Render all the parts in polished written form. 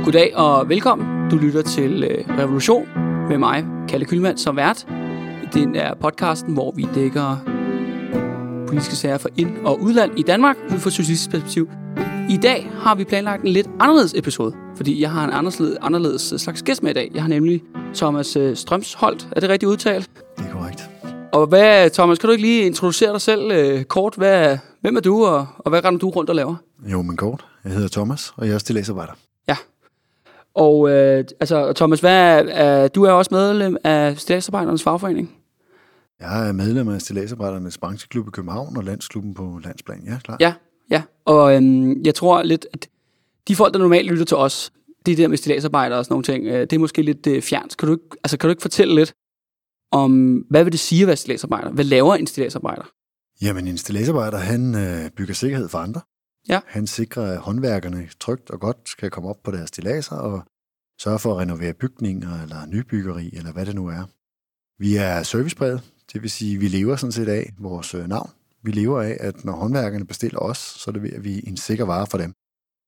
Goddag og velkommen. Du lytter til Revolution med mig, Kalle Kyhlmann, som vært. Det er podcasten, hvor vi dækker politiske sager for ind- og udland i Danmark ud fra socialistisk perspektiv. I dag har vi planlagt en lidt anderledes episode, fordi jeg har en anderledes slags gæst med i dag. Jeg har nemlig Thomas Strømsholt. Er det rigtigt udtalt? Det er korrekt. Og hvad, Thomas, kan du ikke lige introducere dig selv kort? Hvem er du, og hvad render du rundt og laver? Jo, men kort. Jeg hedder Thomas, og jeg er stilladsarbejder. Ja. Og Thomas, du er også medlem af Stilladsarbejdernes Fagforening? Jeg er medlem af Stilladsarbejdernes brancheklub i København og landsklubben på landsplan. Ja, klart. Ja. Og jeg tror lidt, at de folk, der normalt lytter til os, det der med stilladsarbejder og sådan nogle ting, det er måske lidt fjernt. Kan du ikke fortælle lidt om, hvad vil det sige at være stilladsarbejder? Hvad laver en stilladsarbejder? Jamen, en stilladsarbejder, han bygger sikkerhed for andre. Ja. Han sikrer, at håndværkerne trygt og godt skal komme op på deres stilladser og sørge for at renovere bygninger eller nybyggeri, eller hvad det nu er. Vi er servicepræget, det vil sige, at vi lever sådan set af vores navn. Vi lever af, at når håndværkerne bestiller os, så leverer vi en sikker vare for dem.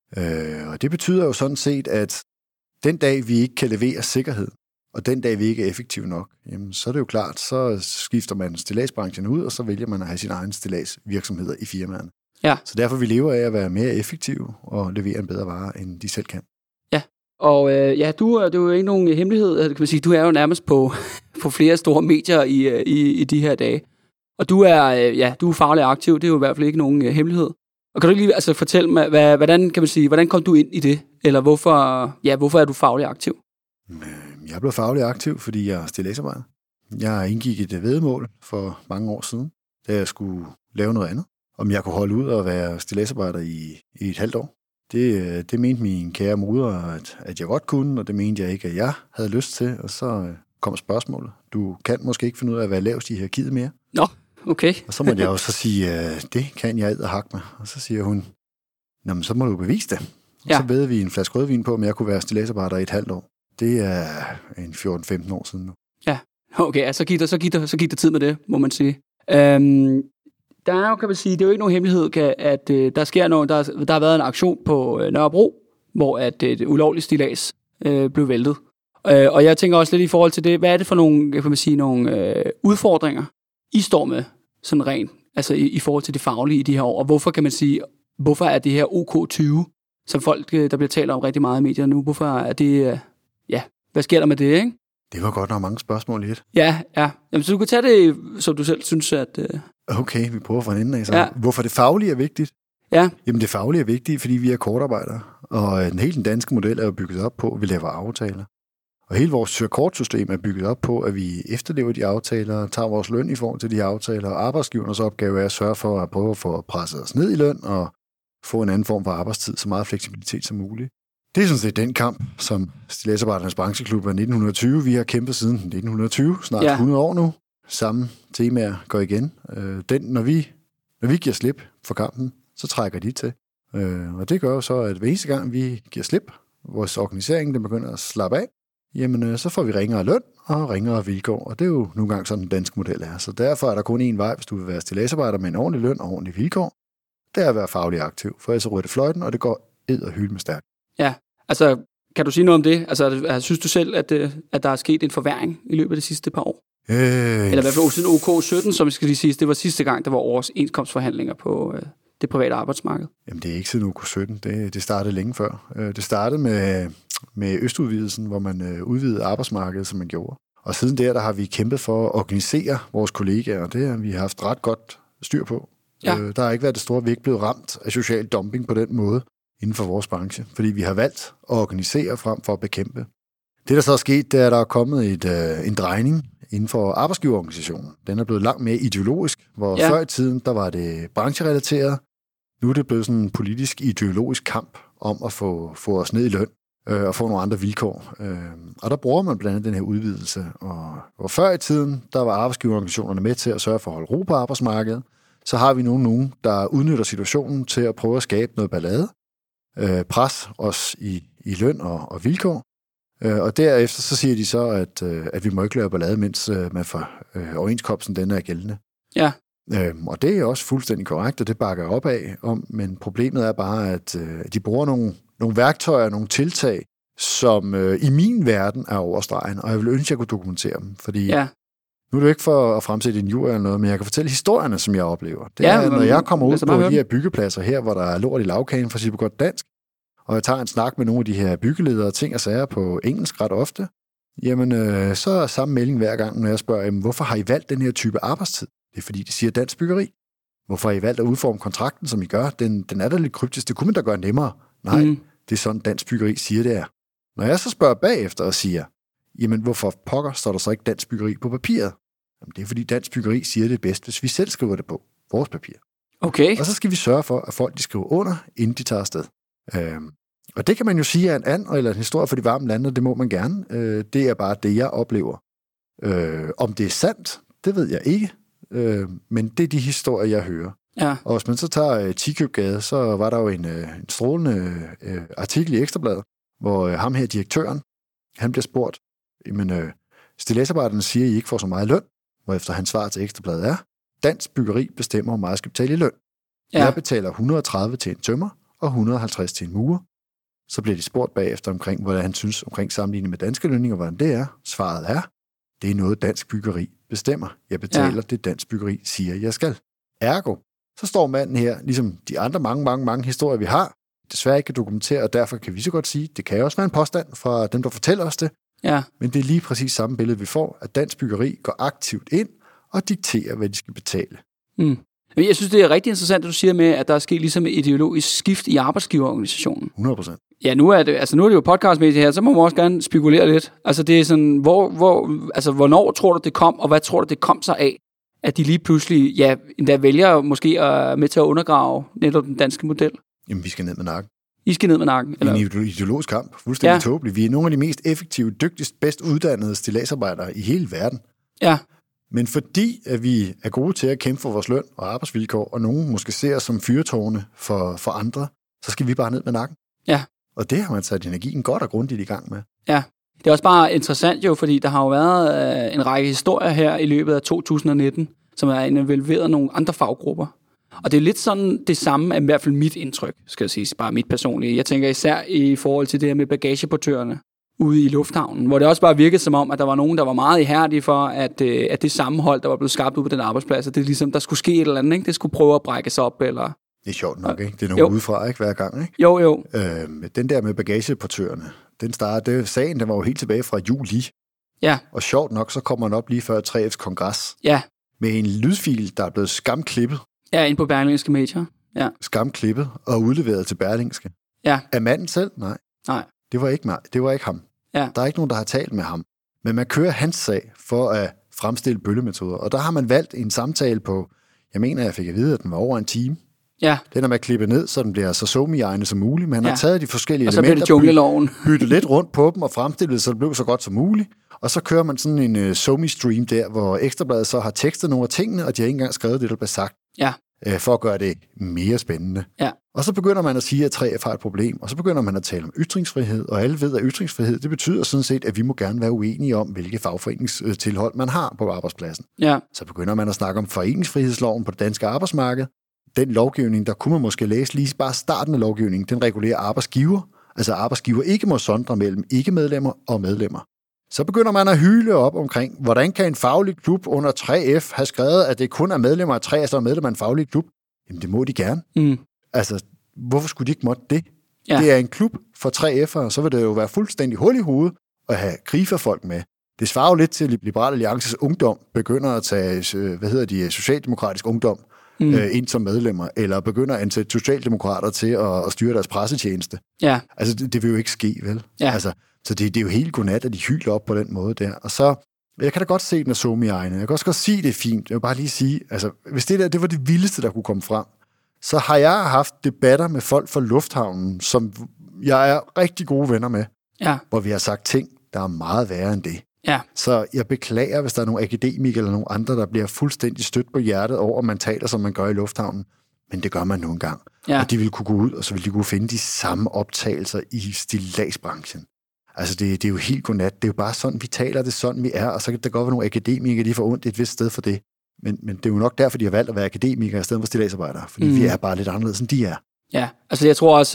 Og det betyder jo sådan set, at den dag, vi ikke kan levere sikkerhed, og den dag, vi ikke er effektive nok, jamen, så er det jo klart, så skifter man stilladsbranchen ud, og så vælger man at have sin egen stilladsvirksomheder i firmaerne. Ja. Så derfor vi lever af at være mere effektive og levere en bedre vare, end de selv kan. Ja. Og det er jo ikke nogen hemmelighed, kan man sige. Du er jo nærmest på flere store medier i de her dage. Og du er fagligt aktiv, det er jo i hvert fald ikke nogen hemmelighed. Og kan du ikke lige fortælle mig, hvordan kom du ind i det? Eller hvorfor er du fagligt aktiv? Jeg blev fagligt aktiv, fordi jeg er stilladsarbejder. Jeg indgik et væddemål for mange år siden, da jeg skulle lave noget andet. Om jeg kunne holde ud og være stilladsarbejder i et halvt år. Det mente min kære moder, at jeg godt kunne, og det mente jeg ikke, at jeg havde lyst til. Og så kom spørgsmålet. Du kan måske ikke finde ud af at være lavest i hierarkiet mere. Nå, okay. Og så måtte jeg også sige, det kan jeg hakke med. Og så siger hun, nå, men så må du bevise det. Og så beder vi en flaske rødvin på, om jeg kunne være stilladsarbejder i et halvt år. Det er en 14-15 år siden nu. Ja, okay, så gik der tid med det, må man sige. Der er jo, kan man sige, det er jo ikke nogen hemmelighed, at der sker noget. Der har været en aktion på Nørrebro, hvor at et ulovligt stillads blev væltet. Og jeg tænker også lidt i forhold til det, hvad er det for nogle udfordringer, I står med sådan rent, altså i forhold til det faglige i de her år, og hvorfor er det her OK20, som folk, der bliver talt om rigtig meget i medierne nu, hvorfor er det, hvad sker der med det, ikke? Det var godt nok mange spørgsmål i et. Ja. Jamen, så du kan tage det, som du selv synes, at... Okay, vi prøver fra en ende af. Så. Ja. Hvorfor det faglige er vigtigt? Ja. Jamen, det faglige er vigtigt, fordi vi er kortarbejdere, og den danske model er jo bygget op på, at vi laver aftaler. Og hele vores søkortsystem er bygget op på, at vi efterlever de aftaler, tager vores løn i forhold til de aftaler, og arbejdsgivernes opgave er at sørge for at prøve at få presset os ned i løn og få en anden form for arbejdstid, så meget fleksibilitet som muligt. Det er sådan set den kamp, som Stilladsarbejdernes brancheklub af 1920, vi har kæmpet siden 1920, snart 100 år nu. Samme temaer går igen. Når vi giver slip for kampen, så trækker de til. Og det gør jo så, at hver eneste gang vi giver slip, vores organisering den begynder at slappe af, jamen så får vi ringere løn og ringere vilkår. Og det er jo nogle gange sådan, den danske model er. Så derfor er der kun én vej, hvis du vil være stilladsarbejder med en ordentlig løn og ordentlige vilkår. Det er at være faglig aktiv, for ellers ryger det fløjten, og det går ed og hylde med stærkt. Ja, altså kan du sige noget om det? Altså synes du selv, at der er sket en forværring i løbet af de sidste par år? Eller i hvert fald siden OK17, som vi skal lige sige, det var sidste gang, der var overenskomstforhandlinger på det private arbejdsmarked. Jamen det er ikke siden OK17, det startede længe før. Det startede med østudvidelsen, hvor man udvidede arbejdsmarkedet, som man gjorde. Og siden der har vi kæmpet for at organisere vores kollegaer, og det har vi haft ret godt styr på. Ja. Der har ikke været det store, vi er ikke blevet ramt af social dumping på den måde inden for vores branche, fordi vi har valgt at organisere frem for at bekæmpe. Det, der så er sket, det er, at der er kommet en drejning inden for arbejdsgiverorganisationen. Den er blevet langt mere ideologisk, hvor før i tiden, der var det brancherelateret. Nu er det blevet sådan en politisk, ideologisk kamp om at få os ned i løn og få nogle andre vilkår. Og der bruger man blandt andet den her udvidelse. Og før i tiden, der var arbejdsgiverorganisationerne med til at sørge for at holde ro på arbejdsmarkedet. Så har vi nogen, der udnytter situationen til at prøve at skabe noget ballade. Pres os i løn og vilkår. Og derefter så siger de så, at vi må ikke lave ballade, mens man får overenskomsten den er gældende. Ja. Og det er også fuldstændig korrekt, og det bakker jeg op af om, men problemet er bare, at de bruger nogle værktøjer, nogle tiltag, som i min verden er overstregen, og jeg vil ønske, at jeg kunne dokumentere dem, fordi Ja. nu er det jo ikke for at fremsætte en jur eller noget, men jeg kan fortælle historierne, som jeg oplever. Det Ja, er, når jeg kommer ud på høre de her byggepladser her, hvor der er lort i lavkagen, for at sige på godt dansk, og jeg tager en snak med nogle af de her byggeledere og ting og sager på engelsk ret ofte, jamen så er samme melding hver gang, når jeg spørger dem, hvorfor har I valgt den her type arbejdstid? Det er fordi, de siger dansk byggeri. Hvorfor har I valgt at udforme kontrakten, som I gør? Den er da lidt kryptisk. Det kunne man da gøre nemmere. Nej, det er sådan, dansk byggeri siger, det er. Når jeg så spørger bagefter og siger, jamen hvorfor pokker står der så ikke dansk byggeri på papiret? Jamen, det er fordi dansk byggeri siger det bedst, hvis vi selv skriver det på vores papir. Okay. Og så skal vi sørge for, at folk de skriver under, inden de tager afsted. Og det kan man jo sige er en anden eller en historie for de varme lande, og det må man gerne. Det er bare det, jeg oplever. Om det er sandt, det ved jeg ikke. Men det er de historier, jeg hører. Ja. Og hvis man så tager Tikøbgade, så var der jo en strålende artikel i Ekstrabladet, hvor ham her, direktøren, han bliver spurgt, jamen, stilladsarbejderne siger, at I ikke får så meget løn, hvorefter hans svar til Ekstrabladet er, dansk byggeri bestemmer, hvor meget jeg skal betale i løn. Ja. Jeg betaler 130 til en tømrer og 150 til en murer. Så bliver de spurgt bagefter omkring, hvordan han synes omkring sammenligning med danske lønninger, hvordan det er. Svaret er, det er noget dansk byggeri bestemmer. Jeg betaler det dansk byggeri siger, jeg skal. Ergo, så står manden her, ligesom de andre mange historier, vi har, desværre ikke kan dokumentere, og derfor kan vi så godt sige, det kan også være en påstand fra dem, der fortæller os det. Ja. Men det er lige præcis samme billede, vi får, at dansk byggeri går aktivt ind og dikterer, hvad de skal betale. Jeg synes, det er rigtig interessant, at du siger med, at der er sket ligesom et ideologisk skift i arbejdsgiverorganisationen. 100%. Ja, nu er det jo podcastmæssigt her, så må man også gerne spekulere lidt. Altså det er sådan, hvornår tror du, det kom, og hvad tror du, det kom sig af, at de lige pludselig, endda vælger måske med til at undergrave netop den danske model? Jamen, vi skal ned med nakken. I skal ned med nakken? Eller? En ideologisk kamp. Fuldstændig tåbeligt. Vi er nogle af de mest effektive, dygtigst, bedst uddannede stilladsarbejdere i hele verden. Ja. Men fordi at vi er gode til at kæmpe for vores løn og arbejdsvilkår, og nogen måske ser os som fyrtårne for andre, så skal vi bare ned med nakken. Ja. Og det har man sat energien godt og grundigt i gang med. Ja. Det er også bare interessant jo, fordi der har jo været en række historier her i løbet af 2019, som er involveret nogle andre faggrupper. Og det er lidt sådan det samme, er i hvert fald mit indtryk, skal jeg sige, bare mit personlige. Jeg tænker især i forhold til det her med bagageportørerne ude i lufthavnen, hvor det også bare virkede som om, at der var nogen, der var meget ihærdige for, at det sammenhold, der var blevet skabt ude på den arbejdsplads, det er ligesom, der skulle ske et eller andet, ikke? Det skulle prøve at brækkes op, eller... Det er sjovt nok, ikke? Det er nogen udefra, ikke? Hver gang, ikke? Jo. Den der med bagageportørerne, sagen, den var jo helt tilbage fra juli. Ja. Og sjovt nok, så kommer man op lige før 3F's kongres. Ja. Med en lydfil, der er blevet skamklippet. Ja, ind på Berlingske Medier. Ja. Skamklippet og udleveret til Berlingske. Ja. Er manden selv? Nej. Det var ikke mig. Det var ikke ham. Ja. Der er ikke nogen, der har talt med ham. Men man kører hans sag for at fremstille bøllemetoder. Og der har man valgt en samtale på, jeg fik at vide, at den var over en time. Ja. Den er med at klippe ned, så den bliver så somi-egne som muligt. Men han har taget de forskellige elementer, og så bliver det byttet lidt rundt på dem og fremstillet, så det blev så godt som muligt. Og så kører man sådan en somi-stream der, hvor Ekstrabladet så har tekstet nogle af tingene, og de har ikke engang skrevet det, der bliver sagt. Ja. For at gøre det mere spændende. Ja. Og så begynder man at sige, at 3F har et problem, og så begynder man at tale om ytringsfrihed, og alle ved, at ytringsfrihed, det betyder sådan set, at vi må gerne være uenige om, hvilke fagforeningstilhold man har på arbejdspladsen. Ja. Så begynder man at snakke om foreningsfrihedsloven på det danske arbejdsmarked. Den lovgivning, der kunne man måske læse lige bare starten af lovgivningen, den regulerer arbejdsgiver. Altså arbejdsgiver ikke må sondre mellem ikke-medlemmer og medlemmer. Så begynder man at hyle op omkring, hvordan kan en faglig klub under 3F have skrevet, at det kun er medlemmer af 3F, der er medlemmer af en faglig klub? Jamen, det må de gerne. Altså, hvorfor skulle de ikke måtte det? Ja. Det er en klub for 3F'ere, så vil det jo være fuldstændig hul i hovedet at have griferfolk med. Det svarer jo lidt til, at Liberal Alliances ungdom begynder at tage, socialdemokratisk ungdom ind som medlemmer, eller begynder at ansætte socialdemokrater til at styre deres pressetjeneste. Ja. Altså, det vil jo ikke ske, vel? Ja. Altså, så det er jo helt godnat, at de hyler op på den måde der. Og så, jeg kan da godt se den af somi-egne. Jeg kan også godt sige, det er fint. Jeg vil bare lige sige, altså, hvis det var det vildeste, der kunne komme frem, så har jeg haft debatter med folk fra lufthavnen, som jeg er rigtig gode venner med, hvor vi har sagt ting, der er meget værre end det. Ja. Så jeg beklager, hvis der er nogle akademikere eller nogle andre, der bliver fuldstændig stødt på hjertet over, at man taler, som man gør i lufthavnen. Men det gør man nogle gange. Ja. Og de vil kunne gå ud, og så vil de kunne finde de samme optagelser i stilladsbranchen. Altså, det er jo helt godnat. Det er jo bare sådan, vi taler, det er sådan, vi er, og så kan der godt være nogle akademikere, de får ondt et vist sted for det. Men det er jo nok derfor, de har valgt at være akademikere i stedet for stilladsarbejdere, fordi vi er bare lidt anderledes, end de er. Ja, altså jeg tror også,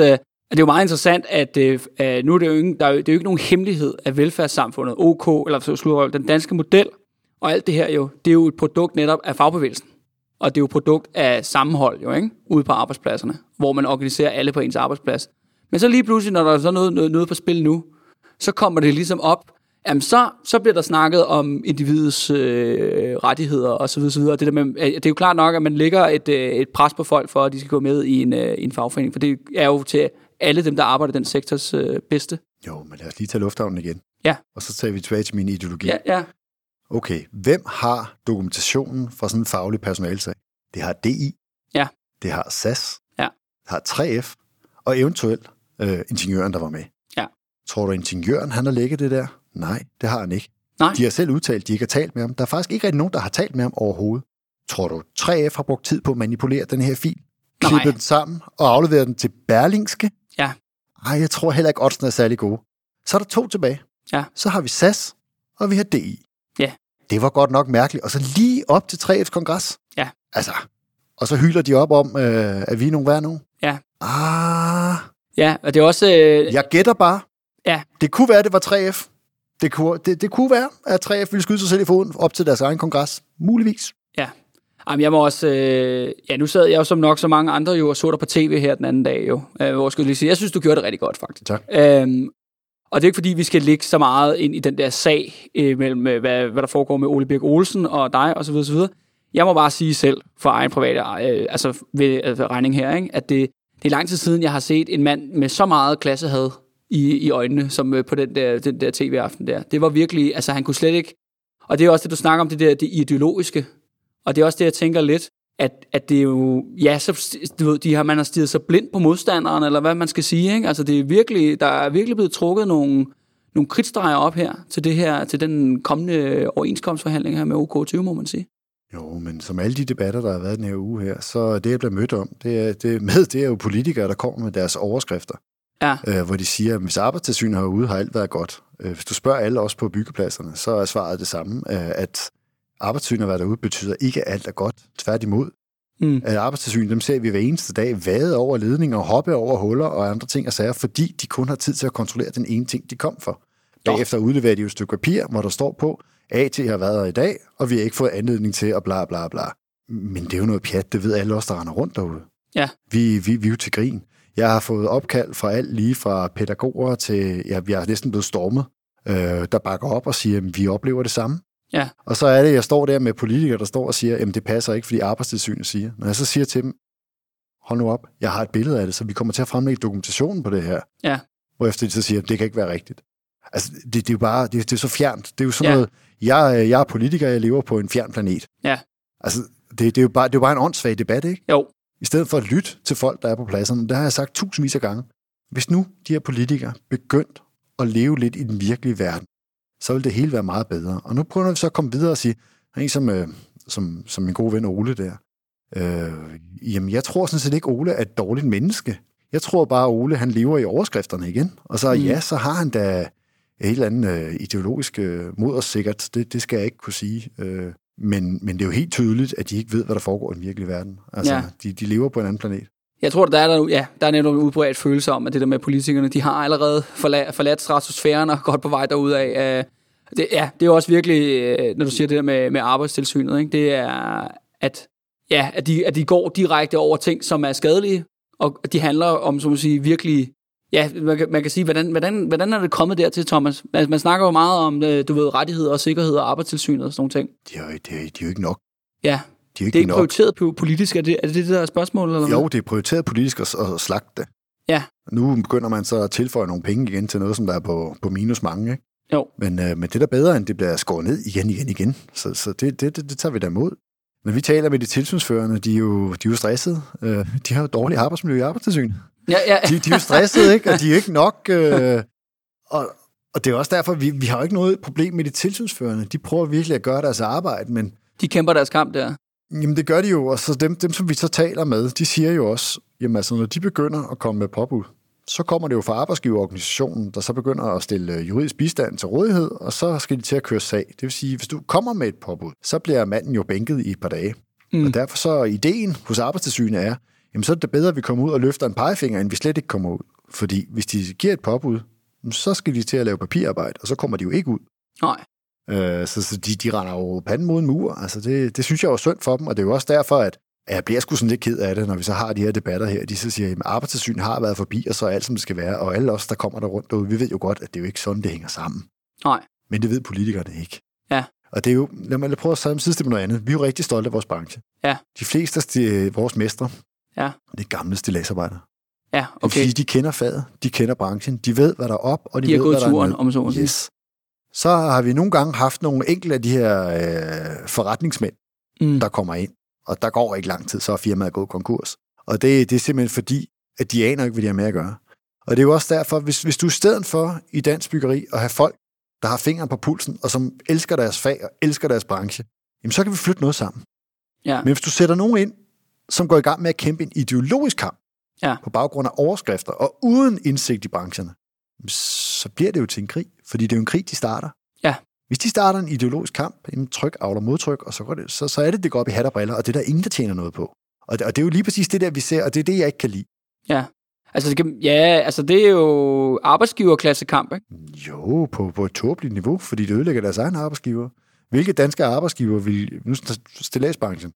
Det er jo meget interessant, at nu er det jo ikke, det er jo ikke nogen hemmelighed af velfærdssamfundet, OK, eller den danske model, og alt det her jo, det er jo et produkt netop af fagbevægelsen. Og det er jo et produkt af sammenhold jo, ikke? Ude på arbejdspladserne, hvor man organiserer alle på ens arbejdsplads. Men så lige pludselig, når der er så noget på spil nu, så kommer det ligesom op, jamen så bliver der snakket om individets rettigheder og så videre. Det er jo klart nok, at man lægger et pres på folk for, at de skal gå med i en fagforening, for det er jo til alle dem, der arbejder i den sektors bedste. Jo, men lad os lige tage lufthavnen igen. Ja. Og så tager vi tilbage til min ideologi. Ja. Okay, hvem har dokumentationen for sådan en faglig personalsag? Det har DI. Ja. Det har SAS. Ja. Det har 3F. Og eventuelt ingeniøren, der var med. Ja. Tror du, ingeniøren han har lægget det der? Nej, det har han ikke. Nej. De har selv udtalt, de ikke har talt med ham. Der er faktisk ikke rigtig nogen, der har talt med ham overhovedet. Tror du, 3F har brugt tid på at manipulere den her fil? Klippe den sammen og aflevere den til Berlingske? Ja. Nej, jeg tror heller ikke, oddsene er særlig gode. Så er der 2 tilbage. Ja. Så har vi SAS, og vi har DI. Ja. Det var godt nok mærkeligt. Og så lige op til 3F's kongres. Ja. Altså, og så hylder de op om, at vi er nogen værd nu. Ja. Ja, og det er også... Jeg gætter bare. Ja. Det kunne være, det var 3F. Det kunne være, at 3F ville skyde sig selv i foden op til deres egen kongres. Muligvis. Ja. Jamen, jeg må også... nu sad jeg jo som nok så mange andre jo og så der på tv her den anden dag jo. Hvor skulle jeg lige sige, jeg synes, du gjorde det rigtig godt, faktisk. Tak. Og det er ikke fordi, vi skal ligge så meget ind i den der sag mellem, hvad der foregår med Ole Birk Olsen og dig, og så videre, så videre. Jeg må bare sige selv, for egen private regning her, ikke, at det er lang tid siden, jeg har set en mand med så meget klassehad i øjnene, som på den der tv-aften der. Det var virkelig, altså han kunne slet ikke... Og det er også det, du snakker om, det ideologiske. Og det er også det, jeg tænker lidt, at det er jo... Ja, så, du ved, man har stirret sig blind på modstanderen, eller hvad man skal sige, ikke? Altså det er virkelig... Der er virkelig blevet trukket nogle kridtstreger op her, til den kommende overenskomstforhandling her med OK20, må man sige. Jo, men som alle de debatter, der har været den her uge her, så det, jeg bliver mødt om, det er jo politikere, der kommer med deres overskrifter. Ja. Hvor de siger, at hvis Arbejdstilsynet herude har alt været godt. Hvis du spørger alle også på byggepladserne, så er svaret det samme, at Arbejdstilsynet at være derude betyder ikke, at alt er godt. Tværtimod. At Arbejdstilsynet, dem ser vi hver eneste dag vade over ledninger, hoppe over huller og andre ting og sager, fordi de kun har tid til at kontrollere den ene ting, de kom for. Bagefter udleverer de jo et stykke papir, hvor der står på, AT har været her i dag, og vi har ikke fået anledning til at bla bla bla. Men det er jo noget pjat, det ved alle os, der render rundt derude. Ja. Vi er jo til grin. Jeg har fået opkald fra alt lige fra pædagoger til, ja, vi har næsten blevet stormet, der bakker op og siger, at vi oplever det samme. Ja. Og så er det, jeg står der med politikere, der står og siger, at det passer ikke, fordi Arbejdstilsynet siger. Når jeg så siger til dem, hold nu op, jeg har et billede af det, så vi kommer til at fremlægge dokumentationen på det her. Ja. Hvorefter de så siger, at det kan ikke være rigtigt. Altså, det er jo bare, det er så fjernt. Det er jo sådan noget, jeg er politiker, jeg lever på en fjern planet. Ja. Altså, det er jo bare en åndssvag debat, ikke? Jo. I stedet for at lytte til folk, der er på pladserne. Det har jeg sagt tusindvis af gange. Hvis nu de her politikere begyndt at leve lidt i den virkelige verden, så vil det hele være meget bedre. Og nu prøver vi så at komme videre og sige, som min gode ven Ole der, jamen jeg tror sådan set ikke, Ole er et dårligt menneske. Jeg tror bare, Ole han lever i overskrifterne igen. Og så så har han da et eller andet ideologisk mod os sikkert. Det skal jeg ikke kunne sige. Men det er jo helt tydeligt, at de ikke ved, hvad der foregår i den virkelige verden. Altså, de lever på en anden planet. Jeg tror, der er netop en udbredt følelse om, at det der med politikerne, de har allerede forladt stratosfæren og godt på vej derudad. Det er jo også virkelig, når du siger det der med Arbejdstilsynet, ikke? Det er, at de går direkte over ting, som er skadelige, og de handler om, som man siger, virkelig... Ja, man kan sige, hvordan er det kommet dertil, Thomas? Man snakker jo meget om, du ved, rettigheder og sikkerhed og Arbejdstilsynet og sådan nogle ting. De er jo ikke nok. Ja, det er ikke prioriteret politisk. Er det der spørgsmål? Eller jo, det er prioriteret politisk at slagte det. Ja. Nu begynder man så at tilføje nogle penge igen til noget, som der er på minus mange, ikke? Jo. Men det er da bedre, end det bliver skåret ned igen. Så det tager vi da imod. Når vi taler med de tilsynsførende, de er jo stressede. De har jo dårligt arbejdsmiljø i Arbejdstilsynet. Ja. De er jo stressede, ikke? Og de er ikke nok... Og det er også derfor, vi har jo ikke noget problem med de tilsynsførende. De prøver virkelig at gøre deres arbejde, men... De kæmper deres kamp der. Jamen, det gør de jo. Og så dem, som vi så taler med, de siger jo også, jamen altså, når de begynder at komme med påbud, så kommer det jo fra arbejdsgiverorganisationen, der så begynder at stille juridisk bistand til rådighed, og så skal de til at køre sag. Det vil sige, hvis du kommer med et påbud, så bliver manden jo bænket i et par dage. Og derfor så ideen hos Arbejdstilsynet er, jamen så er det bedre, at vi kommer ud og løfter en pegefinger, end vi slet ikke kommer ud. Fordi hvis de giver et påbud, så skal de til at lave papirarbejde, og så kommer de jo ikke ud. Nej. Så de render over panden mod en mur. Altså det synes jeg er synd for dem, og det er jo også derfor, at jeg bliver sgu sådan lidt ked af det, når vi så har de her debatter her. De så siger, at Arbejdstilsynet har været forbi, og så er alt, som det skal være. Og alle os, der kommer der rundt derude, vi ved jo godt, at det er jo ikke sådan, det hænger sammen. Nej. Men det ved politikerne ikke. Ja. Og det er jo, lad mig prøve at sidestille med noget andet. Vi er jo rigtig stolte af vores branche. Ja. De fleste af vores mestre, ja. Det er gamle stilladsarbejdere. Ja, okay. Fordi de kender faget, de kender branchen, de ved, hvad der er op, og de ved, hvad der er ned. De har gået turen, om så. Yes. Så har vi nogle gange haft nogle enkelte af de her forretningsmænd, der kommer ind, og der går ikke lang tid, så er firmaet gået konkurs. Og det er simpelthen fordi, at de aner ikke, hvad de har med at gøre. Og det er jo også derfor, hvis du i stedet for i dansk byggeri at have folk, der har fingeren på pulsen, og som elsker deres fag og elsker deres branche, jamen så kan vi flytte noget sammen. Ja. Men hvis du sætter nogen ind, som går i gang med at kæmpe en ideologisk kamp, på baggrund af overskrifter, og uden indsigt i brancherne, så bliver det jo til en krig, fordi det er jo en krig, de starter. Ja. Hvis de starter en ideologisk kamp, en tryk, avler modtryk, og så er det går op i hat og briller, og det er der ingen, der tjener noget på. Og det er jo lige præcis det der, vi ser, og det er det, jeg ikke kan lide. Ja. Altså det er jo arbejdsgiverklassekamp, ikke? Jo, på et tåbeligt niveau, fordi det ødelægger deres egen arbejdsgiver. Hvilke danske arbejdsgiver vil... Nu stilladsbranchen.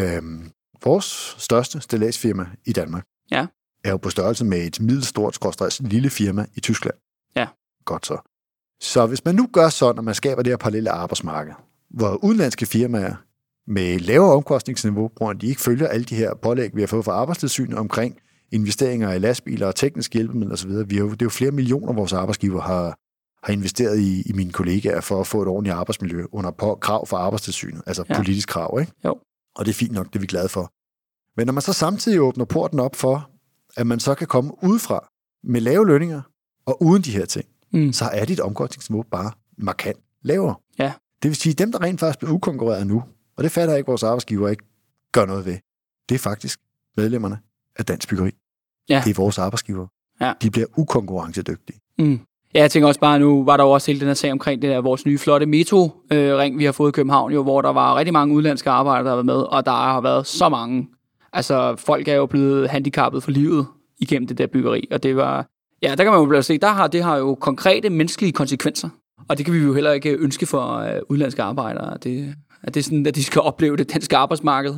Vores største stilladsfirma i Danmark er jo på størrelse med et middelstort lille firma i Tyskland. Ja. Godt så. Så hvis man nu gør sådan, at man skaber det her parallelle arbejdsmarked, hvor udenlandske firmaer med lavere omkostningsniveau, hvor de ikke følger alle de her pålæg, vi har fået fra Arbejdstilsynet omkring investeringer i lastbiler og tekniske hjælpemidler osv. Det er jo flere millioner, vores arbejdsgiver har investeret i mine kollegaer for at få et ordentligt arbejdsmiljø under krav fra Arbejdstilsynet, altså politisk krav, ikke? Jo. Og det er fint nok, det er vi glade for. Men når man så samtidig åbner porten op for, at man så kan komme udefra med lave lønninger og uden de her ting, så er dit omkostningsniveau bare markant lavere. Ja. Det vil sige, at dem, der rent faktisk bliver ukonkurreret nu, og det fatter ikke vores arbejdsgiver ikke gør noget ved, det er faktisk medlemmerne af Dansk Byggeri. Ja. Det er vores arbejdsgiver. Ja. De bliver ukonkurrencedygtige. Ja, jeg tænker også bare, nu var der jo også hele den her sag omkring det der, vores nye flotte metro-ring, vi har fået i København, jo, hvor der var rigtig mange udlandske arbejdere, der har været med, og der har været så mange. Altså, folk er jo blevet handicappet for livet igennem det der byggeri, og det var... Ja, der kan man jo se, det har jo konkrete menneskelige konsekvenser, og det kan vi jo heller ikke ønske for udlandske arbejdere, at det er sådan, at de skal opleve det danske arbejdsmarked.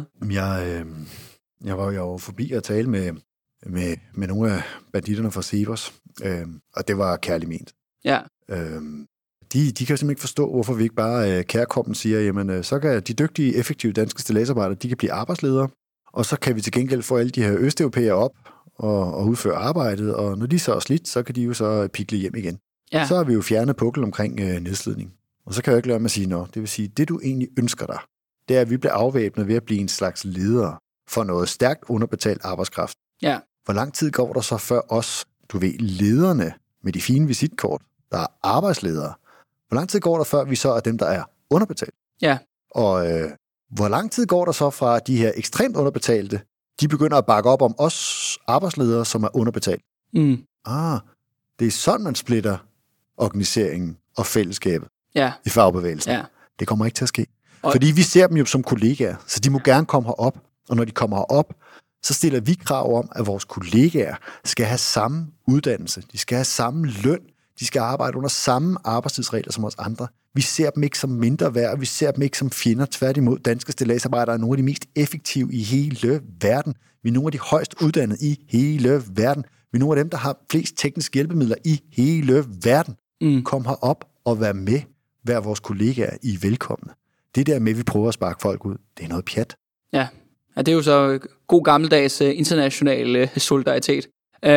Jeg var jo forbi at tale med nogle af banditterne fra Cepos, og det var kærligt ment. Ja. De kan simpelthen ikke forstå, hvorfor vi ikke bare kærkommen siger, jamen så kan de dygtige, effektive danske stilladsarbejdere, de kan blive arbejdsledere, og så kan vi til gengæld få alle de her østeuropæere op og udføre arbejdet, og når de så er slidt, så kan de jo så pikle hjem igen. Ja. Så har vi jo fjernet pukkel omkring nedslidning. Og så kan jeg ikke lade mig sige noget. Det vil sige, det du egentlig ønsker dig, det er, at vi bliver afvæbnet ved at blive en slags ledere for noget stærkt underbetalt arbejdskraft. Ja. Hvor lang tid går der så før os, du ved, lederne med de fine visitkort, der er arbejdsledere? Hvor lang tid går der før vi så er dem, der er underbetalt? Ja. Og hvor lang tid går der så fra de her ekstremt underbetalte, de begynder at bakke op om os arbejdsledere, som er underbetalt? Det er sådan, man splitter organiseringen og fællesskabet i fagbevægelsen. Ja. Det kommer ikke til at ske. Fordi vi ser dem jo som kollegaer, så de må gerne komme herop. Og når de kommer herop, så stiller vi krav om, at vores kollegaer skal have samme uddannelse. De skal have samme løn. De skal arbejde under samme arbejdstidsregler som os andre. Vi ser dem ikke som mindre værd, vi ser dem ikke som fjender. Tværtimod, danske stilladsarbejdere er nogle af de mest effektive i hele verden. Vi er nogle af de højst uddannede i hele verden. Vi er nogle af dem, der har flest tekniske hjælpemidler i hele verden. Kom herop og vær med. Vær vores kollegaer i velkomne. Det der med, at vi prøver at sparke folk ud, det er noget pjat. Ja, det er jo så god gammeldags international solidaritet.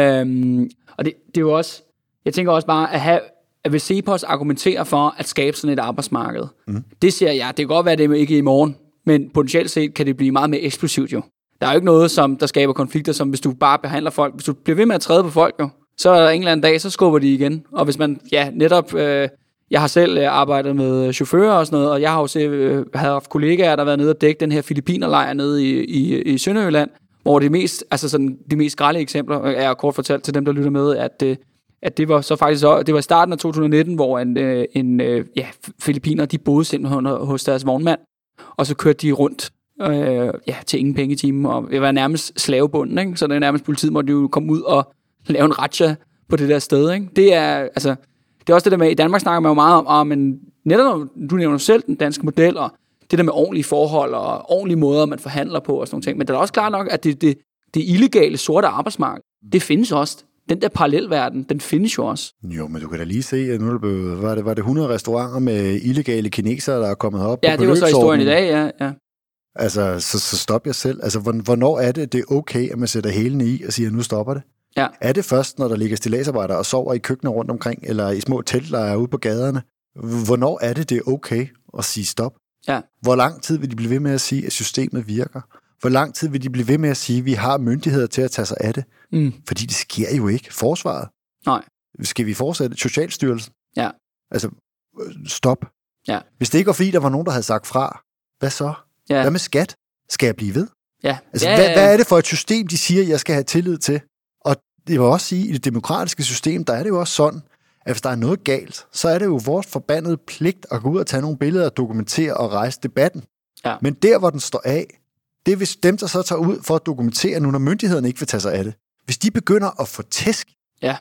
Og det er jo også, jeg tænker også bare, at hvis Cepos argumenterer for at skabe sådan et arbejdsmarked, det siger jeg, det kan godt være, det ikke i morgen, men potentielt set kan det blive meget mere eksplosivt jo. Der er jo ikke noget, der skaber konflikter, som hvis du bare behandler folk, hvis du bliver ved med at træde på folk jo, så er der en eller anden dag, så skubber de igen. Og hvis man, netop, jeg har selv arbejdet med chauffører og sådan noget, og jeg har jo havde haft kollegaer, der har været nede og dække den her Filippinerlejr nede i Sønderjylland, hvor de mest grelle eksempler er kort fortalt til dem, der lytter med, at det var så faktisk det var i starten af 2019, hvor filippiner, de boede simpelthen hos deres vognmand, og så kørte de rundt til ingen penge i timen, og det var nærmest slavebunden, ikke? Så det er nærmest politiet måtte jo komme ud og lave en razzia på det der sted, ikke? Det er også det der med, i Danmark snakker man jo meget om, men netop når du nævner selv den danske model, og det der med ordentlige forhold, og ordentlige måder, man forhandler på, og sådan nogle ting. Men det er også klart nok, at det illegale sorte arbejdsmarked, det findes også. Den der parallelverden, den findes jo også. Jo, men du kan da lige se, at nu er det blevet, var det 100 restauranter med illegale kinesere, der er kommet op på beløbsordningen. Ja, det var så historien i dag, ja. Altså, så stop jer selv. Altså, hvornår er det er okay, at man sætter hælene i og siger, at nu stopper det? Ja. Er det først, når der ligger stilladsarbejdere og sover i køkkener rundt omkring, eller i små teltlejre ude på gaderne? Hvornår er det er okay at sige stop? Ja. Hvor lang tid vil de blive ved med at sige, at systemet virker? Hvor lang tid vil de blive ved med at sige, at vi har myndigheder til at tage sig af det? Fordi det sker jo ikke. Forsvaret. Nej. Skal vi fortsætte? Socialstyrelsen? Ja. Altså, stop. Ja. Hvis det ikke var fordi, der var nogen, der havde sagt fra, hvad så? Ja. Hvad med skat? Skal jeg blive ved? Ja. Altså, hvad er det for et system, de siger, jeg skal have tillid til? Og det vil også sige, at i det demokratiske system, der er det jo også sådan, at hvis der er noget galt, så er det jo vores forbandede pligt at gå ud og tage nogle billeder og dokumentere og rejse debatten. Ja. Men der, hvor den står af, det er hvis dem, der så tager ud for at dokumentere nu, når myndighederne ikke vil tage sig af det. Hvis de begynder at få tæsk, ja.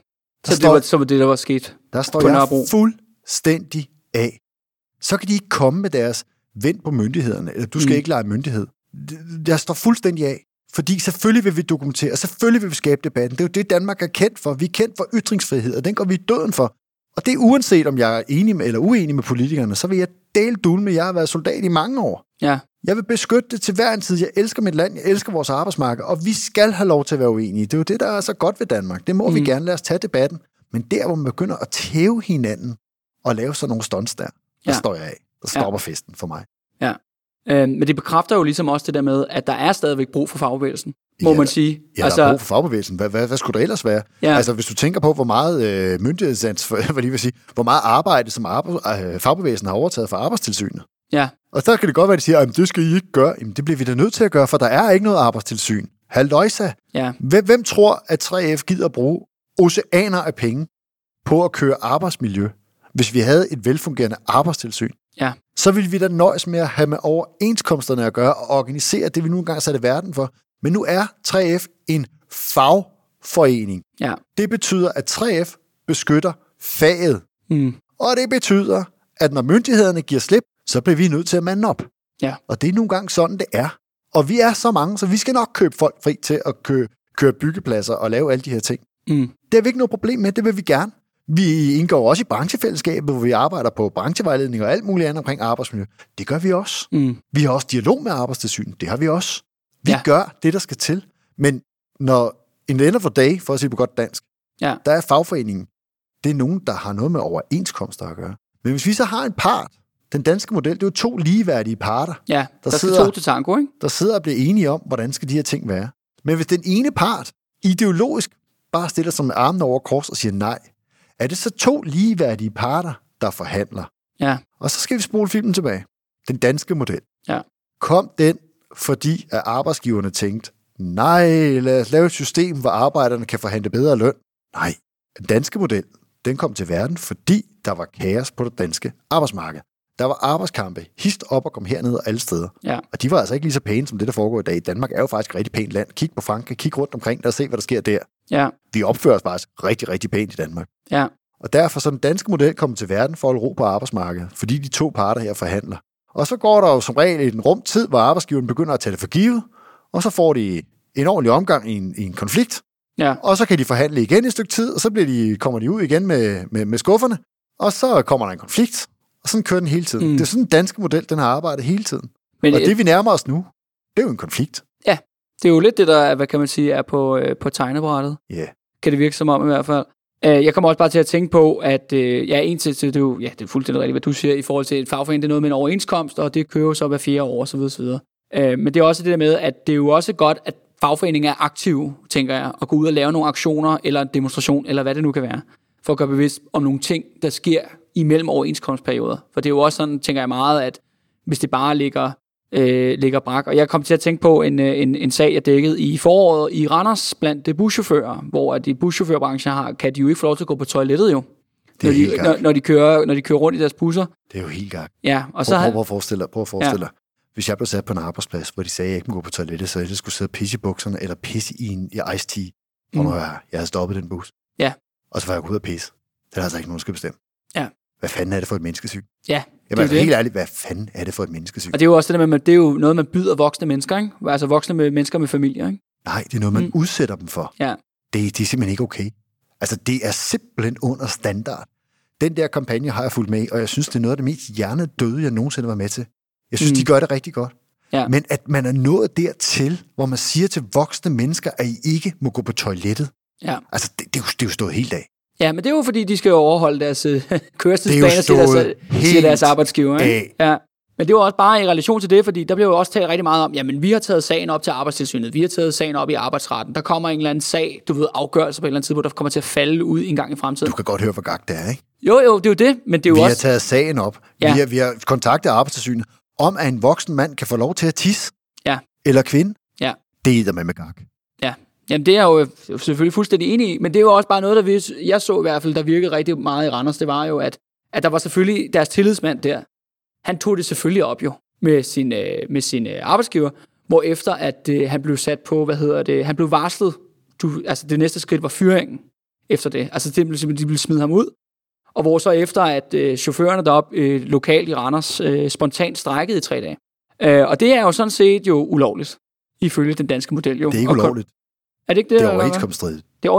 Så var det, der var sket. Der står jeg fuldstændig af. Så kan de ikke komme med deres vent på myndighederne, eller du skal ikke lege myndighed. Jeg står fuldstændig af. Fordi selvfølgelig vil vi dokumentere, og selvfølgelig vil vi skabe debatten. Det er jo det, Danmark er kendt for. Vi er kendt for ytringsfrihed, og den går vi i døden for. Og det er uanset, om jeg er enig med, eller uenig med politikerne, så vil jeg dele dul med, jeg har været soldat i mange år. Ja. Jeg vil beskytte det til hver en tid. Jeg elsker mit land, jeg elsker vores arbejdsmarked, og vi skal have lov til at være uenige. Det er jo det, der er så godt ved Danmark. Det må vi gerne lade os tage debatten. Men der, hvor man begynder at tæve hinanden og lave sådan nogle stunts der står jeg af. Der stopper festen for mig. Ja. Men det bekræfter jo ligesom også det der med, at der er stadigvæk brug for fagbevægelsen, må man sige. Ja, der er brug for fagbevægelsen. Hvad skulle der ellers være? Ja. Altså, hvis du tænker på, hvor meget hvor meget arbejde, som fagbevægelsen har overtaget fra Arbejdstilsynet. Ja. Og så kan det godt være, at de siger, at det skal I ikke gøre. Jamen, det bliver vi da nødt til at gøre, for der er ikke noget arbejdstilsyn. Halløjsa. Ja. Hvem tror, at 3F gider bruge oceaner af penge på at køre arbejdsmiljø, hvis vi havde et velfungerende arbejdstilsyn? Ja. Så ville vi da nøjes med at have med overenskomsterne at gøre og organisere det, vi nu engang satte verden for. Men nu er 3F en fagforening. Ja. Det betyder, at 3F beskytter faget. Og det betyder, at når myndighederne giver slip, så bliver vi nødt til at mande op. Ja. Og det er nogle gange sådan, det er. Og vi er så mange, så vi skal nok købe folk fri til at køre byggepladser og lave alle de her ting. Det har vi ikke noget problem med, det vil vi gerne. Vi indgår også i branchefællesskabet, hvor vi arbejder på branchevejledning og alt muligt andet omkring arbejdsmiljø. Det gør vi også. Vi har også dialog med Arbejdstilsynet. Det har vi også. Vi gør det, der skal til. Men når in the end of the day, for at sige på godt dansk, der er fagforeningen, det er nogen, der har noget med overenskomster at gøre. Men hvis vi så har en part, den danske model, det er jo 2 ligeværdige parter. Ja, der skal 2 til tango, ikke? Der sidder og bliver enige om, hvordan skal de her ting være. Men hvis den ene part ideologisk bare stiller sig med armene over kors og siger nej, er det så 2 ligeværdige parter, der forhandler? Ja. Og så skal vi spole filmen tilbage. Den danske model. Ja. Kom den, fordi at arbejdsgiverne tænkte, nej, lad os lave et system, hvor arbejderne kan forhandle bedre løn. Nej, den danske model, den kom til verden, fordi der var kaos på det danske arbejdsmarked. Der var arbejdskampe, hist op og kom herned og alle steder. Ja. Og de var altså ikke lige så pæne, som det, der foregår i dag. Danmark er jo faktisk et rigtig pænt land. Kig på Frankrig, kig rundt omkring og se, hvad der sker der. Ja. Vi opfører os faktisk rigtig, rigtig pænt i Danmark. Ja. Og derfor så den danske model kommer til verden for at holde ro på arbejdsmarkedet, fordi de 2 parter her forhandler. Og så går der jo som regel en rum tid, hvor arbejdsgiveren begynder at tage det for givet, og så får de en ordentlig omgang i en konflikt. Ja. Og så kan de forhandle igen et stykke tid, og så kommer de ud igen med skufferne, og så kommer der en konflikt, og sådan kører den hele tiden. Det er sådan en danske model, den har arbejdet hele tiden. Men og det vi nærmer os nu, det er jo en konflikt. Ja, det er jo lidt det, der, hvad kan man sige, er på tegnebrættet. Ja. Yeah. Kan det virke som om i hvert fald. Jeg kommer også bare til at tænke på, at det er fuldstændig rigtigt, hvad du siger, i forhold til et fagforening, det er noget med en overenskomst, og det kører så hver 4 år, osv. osv. Men det er også det der med, at det er jo også godt, at fagforeningen er aktiv, tænker jeg, og gå ud og lave nogle aktioner, eller en demonstration, eller hvad det nu kan være, for at gøre bevidst om nogle ting, der sker imellem overenskomstperioder. For det er jo også sådan, tænker jeg meget, at hvis det bare ligger brak. Og jeg kom til at tænke på en sag, jeg dækkede i foråret i Randers blandt buschauffører, hvor at i buschaufførbranchen kan de jo ikke få lov til at gå på toilettet jo. Når de kører rundt i deres busser. Det er jo helt galt. Ja, og prøv at forestille dig. Hvis jeg blev sat på en arbejdsplads, hvor de sagde, at jeg ikke må gå på toilettet, så jeg skulle sidde og pisse i bukserne, eller pisse i Ice Tea. Og nu jeg havde stoppet den bus. Ja. og så var jeg gået ud og pisse. Det er altså ikke nogen, der skal bestemme. Ja. Hvad fanden er det for et menneskesyn? Ja, Jeg altså helt ærligt, hvad fanden er det for et menneskesyn? Og det er jo også det der med, det er jo noget, man byder voksne mennesker, ikke? Altså voksne mennesker med familier, ikke? Nej, det er noget, man udsætter dem for. Ja. Det er simpelthen ikke okay. Altså, det er simpelthen under standard. Den der kampagne har jeg fulgt med i, og jeg synes, det er noget af det mest hjernedøde, jeg nogensinde var med til. Jeg synes, de gør det rigtig godt. Ja. Men at man er nået dertil, hvor man siger til voksne mennesker, at I ikke må gå på toilettet. Ja. Altså, det er jo stået helt af. Ja, men det er jo fordi, de skal jo overholde deres kørestidsplaner, siger deres arbejdsgiver. Ikke? Ja. Men det var også bare i relation til det, fordi der blev jo også talt rigtig meget om, jamen vi har taget sagen op til Arbejdstilsynet, vi har taget sagen op i arbejdsretten, der kommer en eller anden sag, afgørelse på et eller andet tidspunkt, der kommer til at falde ud en gang i fremtiden. Du kan godt høre, hvor gak det er, ikke? Jo, det er jo det, men det er jo vi også... Vi har taget sagen op, vi har kontaktet Arbejdstilsynet, om at en voksen mand kan få lov til at tisse, eller kvinde, det er med gak. Ja. Jamen, det er jeg jo selvfølgelig fuldstændig enig i, men det er jo også bare noget, jeg så i hvert fald, der virkede rigtig meget i Randers, det var jo, at der var selvfølgelig deres tillidsmand der. Han tog det selvfølgelig op jo med sin arbejdsgiver, hvorefter at han blev sat på, han blev varslet, altså det næste skridt var fyringen efter det. Altså de ville smide ham ud, og hvor så efter, at chaufførerne deroppe lokalt i Randers spontant strækkede i 3 dage. Og det er jo sådan set jo ulovligt, ifølge den danske model jo. Det er ikke ulovligt. Er det ikke det? Det er overenskomststridigt. Det er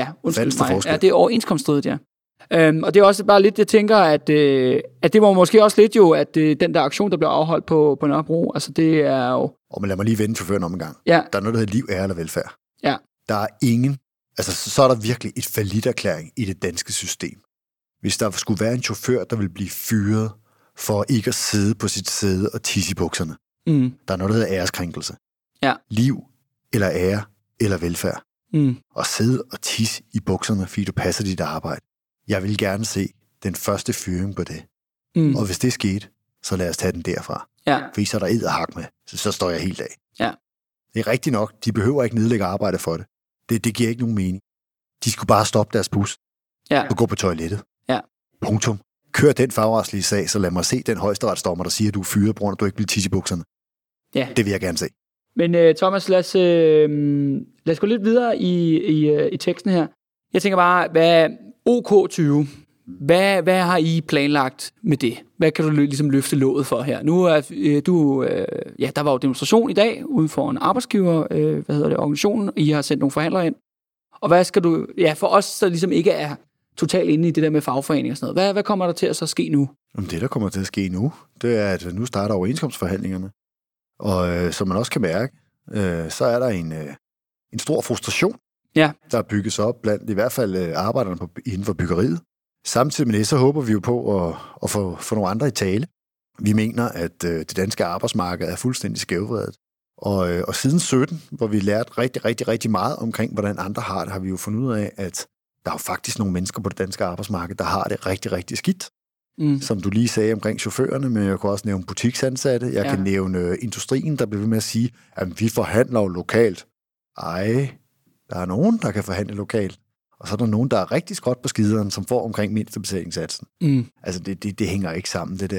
overenskomststridigt, ja. Og det er også bare lidt, jeg tænker, at det var måske også lidt jo, at den der aktion, der blev afholdt på Nørrebro, altså det er jo... Og man lader mig lige vende chaufføren om en gang. Ja. Der er noget, der hedder liv, ære eller velfærd. Ja. Der er ingen... Altså, så er der virkelig et falliterklæring i det danske system. Hvis der skulle være en chauffør, der vil blive fyret for ikke at sidde på sit sæde og tisse i bukserne. Der er noget, der hedder æreskrænkelse. Ja. Liv eller ære eller velfærd. Og sidde og tisse i bukserne, fordi du passer dit arbejde. Jeg vil gerne se den første fyring på det. Og hvis det skete, så lad os tage den derfra. Ja. Fordi så er der ed og hak med. Så står jeg helt af. Ja. Det er rigtigt nok. De behøver ikke nedlægge arbejde for det. Det giver ikke nogen mening. De skulle bare stoppe deres bus og gå på toilettet. Ja. Punktum. Kør den fagretslige sag, så lad mig se den højesteretsdommer, der siger, at du er fyret, på grund af, at du ikke vil tisse i bukserne. Ja. Det vil jeg gerne se. Men Thomas, lad os gå lidt videre i teksten her. Jeg tænker bare, hvad OK20, hvad har I planlagt med det? Hvad kan du ligesom løfte låget for her? Nu er der var jo demonstration i dag ude for en arbejdsgiver, organisationen, I har sendt nogle forhandlere ind. Og hvad skal du, for os, der ligesom ikke er totalt inde i det der med fagforening og sådan noget, hvad kommer der til at så ske nu? Det, der kommer til at ske nu, det er, at nu starter overenskomstforhandlingerne. Og som man også kan mærke, så er der en stor frustration, der bygges op blandt i hvert fald arbejderne inden for byggeriet. Samtidig med det, så håber vi jo på at få nogle andre i tale. Vi mener, at det danske arbejdsmarked er fuldstændig skævvredet. Og siden 17, hvor vi lærte rigtig, rigtig, rigtig meget omkring, hvordan andre har det, har vi jo fundet ud af, at der er jo faktisk nogle mennesker på det danske arbejdsmarked, der har det rigtig, rigtig skidt. Som du lige sagde omkring chaufførerne, men jeg kan også nævne butiksansatte. Jeg kan nævne industrien, der bliver ved med at sige, at vi forhandler jo lokalt. Ej, der er nogen, der kan forhandle lokalt. Og så er der nogen, der er rigtig skråt på skideren, som får omkring mindstebetalingssatsen. Altså, det hænger ikke sammen, det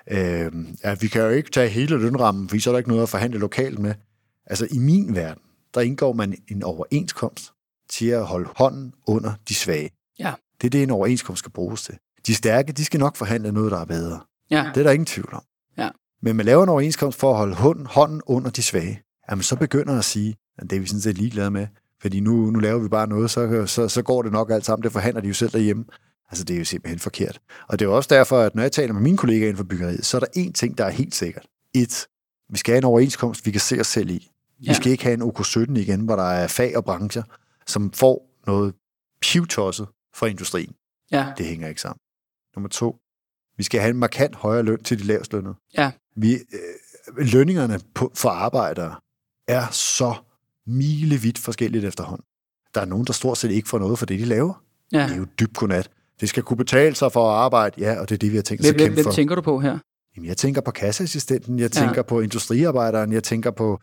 der. Vi kan jo ikke tage hele lønrammen, for så er der ikke noget at forhandle lokalt med. Altså, i min verden, der indgår man en overenskomst til at holde hånden under de svage. Ja. Det er det, en overenskomst skal bruges til. De stærke, de skal nok forhandle noget, der er bedre. Ja. Det er der ingen tvivl om. Ja. Men man laver en overenskomst for at holde hånden under de svage. Jamen, så begynder at sige, at det er vi sådan set ligeglade med. Fordi nu laver vi bare noget, så går det nok alt sammen. Det forhandler de jo selv derhjemme. Altså, det er jo simpelthen forkert. Og det er jo også derfor, at når jeg taler med mine kollegaer inden for byggeriet, så er der én ting, der er helt sikkert. Vi skal have en overenskomst, vi kan se os selv i. Vi skal ikke have en OK17 igen, hvor der er fag og brancher, som får noget pivtosset fra industrien. Ja. Det hænger ikke sammen. Nummer 2. Vi skal have en markant højere løn til de lavestlønnede. Ja. Lønningerne for arbejdere er så milevidt forskelligt efterhånden. Der er nogen, der stort set ikke får noget for det, de laver. Ja. Det er jo dybt godnat. Det skal kunne betale sig for at arbejde, og det er det, vi har tænkt os at kæmpe for. Hvem tænker du på her? Jamen, jeg tænker på kasseassistenten, jeg tænker på industriarbejderen, jeg tænker på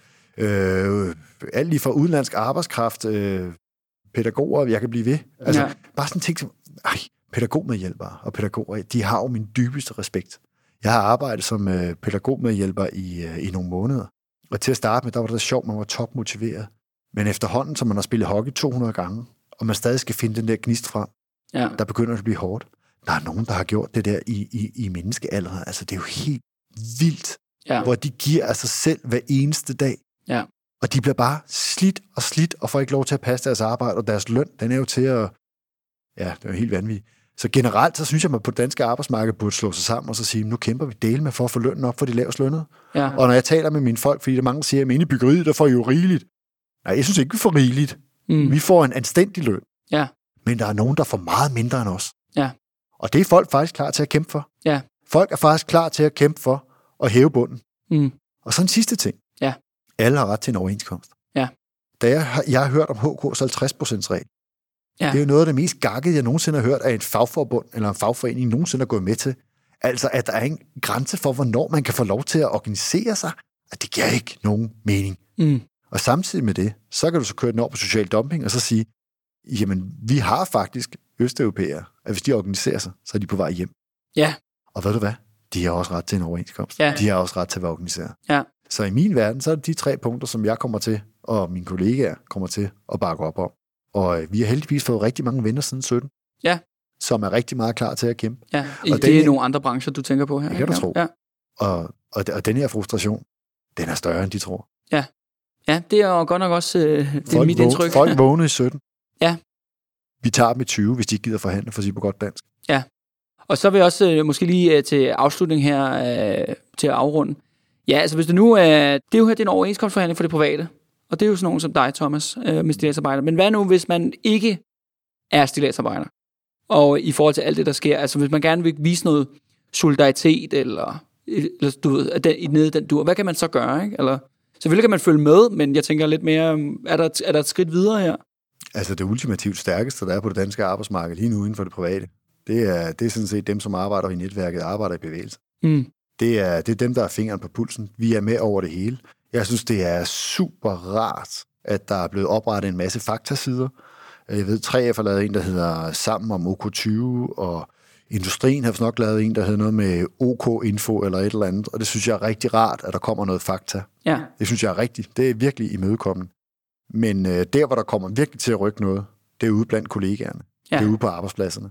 alt lige fra udenlandsk arbejdskraft, pædagoger, jeg kan blive ved. Altså, bare sådan ting som, pædagogmedhjælpere og pædagoger, de har jo min dybeste respekt. Jeg har arbejdet som pædagogmedhjælper i nogle måneder. Og til at starte med, der var det sjovt, man var topmotiveret. Men efterhånden, som man har spillet hockey 200 gange, og man stadig skal finde den der gnist frem, Ja. Der begynder det at blive hårdt. Der er nogen, der har gjort det der i menneskealderen. Altså, det er jo helt vildt, hvor de giver af sig selv hver eneste dag. Ja. Og de bliver bare slidt og får ikke lov til at passe deres arbejde, og deres løn, den er jo til at... Ja, det er jo helt vanvittigt. Så generelt, så synes jeg, at man på det danske arbejdsmarked burde slå sig sammen og så sige, nu kæmper vi dele med for at få lønnen op for de lavest lønnede. Ja. Og når jeg taler med mine folk, fordi der mange, der siger, at inde i byggeriet, der får I jo rigeligt. Nej, jeg synes ikke, vi får rigeligt. Vi får en anstændig løn. Ja. Men der er nogen, der får meget mindre end os. Ja. Og det er folk faktisk klar til at kæmpe for. Ja. Folk er faktisk klar til at kæmpe for at hæve bunden. Og så en sidste ting. Ja. Alle har ret til en overenskomst. Ja. Da jeg har hørt om HK's 50%-regel. Ja. Det er jo noget af det mest gakkede, jeg nogensinde har hørt af et fagforbund eller en fagforening nogensinde har gået med til. Altså, at der er en grænse for, hvornår man kan få lov til at organisere sig. At det giver ikke nogen mening. Og samtidig med det, så kan du så køre den over på social dumping og så sige, jamen, vi har faktisk østeuropæere, at hvis de organiserer sig, så er de på vej hjem. Ja. Og ved du hvad? De har også ret til en overenskomst. Ja. De har også ret til at være organiseret. Ja. Så i min verden, så er det de 3 punkter, som jeg kommer til, og mine kollegaer kommer til at bakke op om. Og vi har heldigvis fået rigtig mange venner siden 17. Ja. Som er rigtig meget klar til at kæmpe. Ja. Og det er nogle andre brancher, du tænker på her. Det kan du tro. Ja. Og den her frustration, den er større, end de tror. Ja. Ja, det er jo godt nok også det er mit indtryk. Folk vågnede i 17. Ja. Vi tager dem i 20, hvis de ikke gider forhandle, for at sige på godt dansk. Ja. Og så vil jeg også måske lige til afslutning her, til at afrunde. Ja, altså hvis det nu er... Det er jo her, det er en overenskomstforhandling for det private. Og det er jo sådan nogen som dig, Thomas, med stilladsarbejder. Men hvad nu, hvis man ikke er stilladsarbejder? Og i forhold til alt det, der sker. Altså hvis man gerne vil vise noget solidaritet, eller du ved, nede i den dur. Hvad kan man så gøre, ikke? Eller... Selvfølgelig kan man følge med, men jeg tænker lidt mere, er der et skridt videre her? Altså det ultimativt stærkeste, der er på det danske arbejdsmarked lige nu inden for det private, det er sådan set dem, som arbejder i netværket, arbejder i bevægelse. Det er dem, der er fingeren på pulsen. Vi er med over det hele. Jeg synes, det er super rart, at der er blevet oprettet en masse faktasider. Jeg ved, 3F har lavet en, der hedder Sammen om OK20, og Industrien har nok lavet en, der hedder noget med OK-info eller et eller andet, og det synes jeg er rigtig rart, at der kommer noget fakta. Ja. Det synes jeg er rigtigt. Det er virkelig imødekommende. Men der, hvor der kommer virkelig til at rykke noget, det er ude blandt kollegaerne. Ja. Det er ude på arbejdspladserne.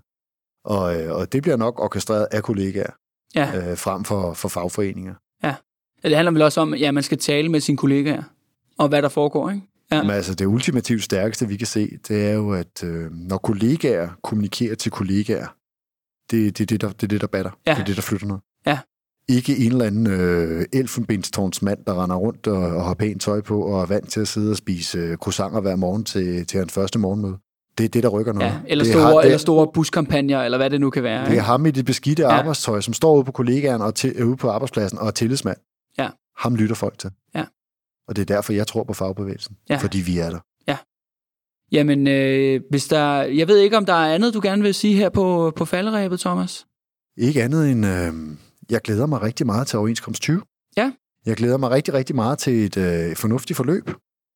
Og det bliver nok orkestreret af kollegaer, frem for fagforeninger. Ja. Det handler vel også om, at man skal tale med sine kollegaer, og hvad der foregår, ikke? Ja. Men altså, det ultimativt stærkeste, vi kan se, det er jo, at når kollegaer kommunikerer til kollegaer, det er det, der batter. Ja. Det er det, der flytter noget. Ja. Ikke en eller anden elfenbenstårnsmand, der render rundt og har pænt tøj på og er vant til at sidde og spise croissanter hver morgen til hans første morgenmøde. Det er det, der rykker noget. Ja, eller store buskampagner, eller hvad det nu kan være. Det er ham i det beskidte arbejdstøj, som står ude på kollegaerne og ude på arbejdspladsen og er tillidsmand. Ja. Ham lytter folk til. Ja. Og det er derfor, jeg tror på fagbevægelsen. Ja. Fordi vi er der. Ja. Jamen, hvis der... Jeg ved ikke, om der er andet, du gerne vil sige her på falderæbet, Thomas? Ikke andet end... Jeg glæder mig rigtig meget til overenskomst 20. Ja. Jeg glæder mig rigtig, rigtig meget til et fornuftigt forløb.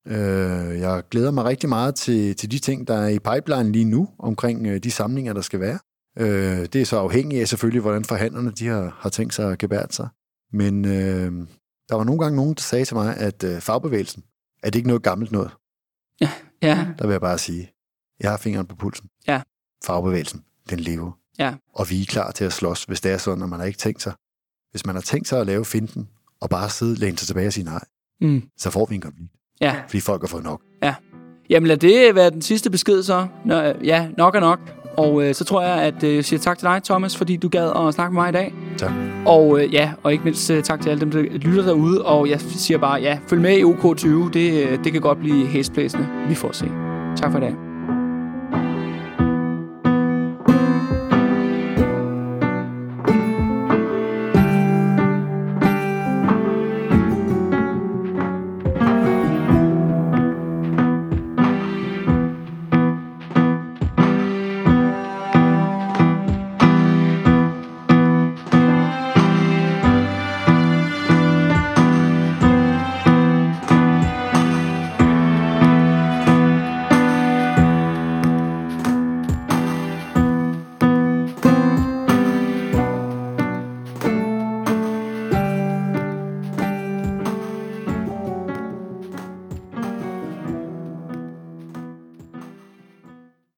Jeg glæder mig rigtig meget til de ting, der er i pipeline lige nu, omkring de samlinger, der skal være. Det er så afhængigt af selvfølgelig, hvordan forhandlerne de har tænkt sig at gebære sig. Men der var nogle gange nogen, der sagde til mig, at fagbevægelsen, er det ikke noget gammelt noget? Ja. Ja. Der vil jeg bare sige, jeg har fingeren på pulsen. Ja. Fagbevægelsen, den lever. Ja. Og vi er klar til at slås, hvis det er sådan, at man har ikke tænkt sig. Hvis man har tænkt sig at lave finten, og bare sidde, læne sig tilbage og sige nej, så får vi en konflikt. Ja. Fordi folk har fået nok. Ja. Jamen lad det være den sidste besked så. Ja, nok er nok. Og så tror jeg, at jeg siger tak til dig, Thomas, fordi du gad at snakke med mig i dag. Tak. Og og ikke mindst tak til alle dem, der lytter derude. Og jeg siger bare, følg med i OK20. Det kan godt blive hæsblæsende. Vi får se. Tak for i dag.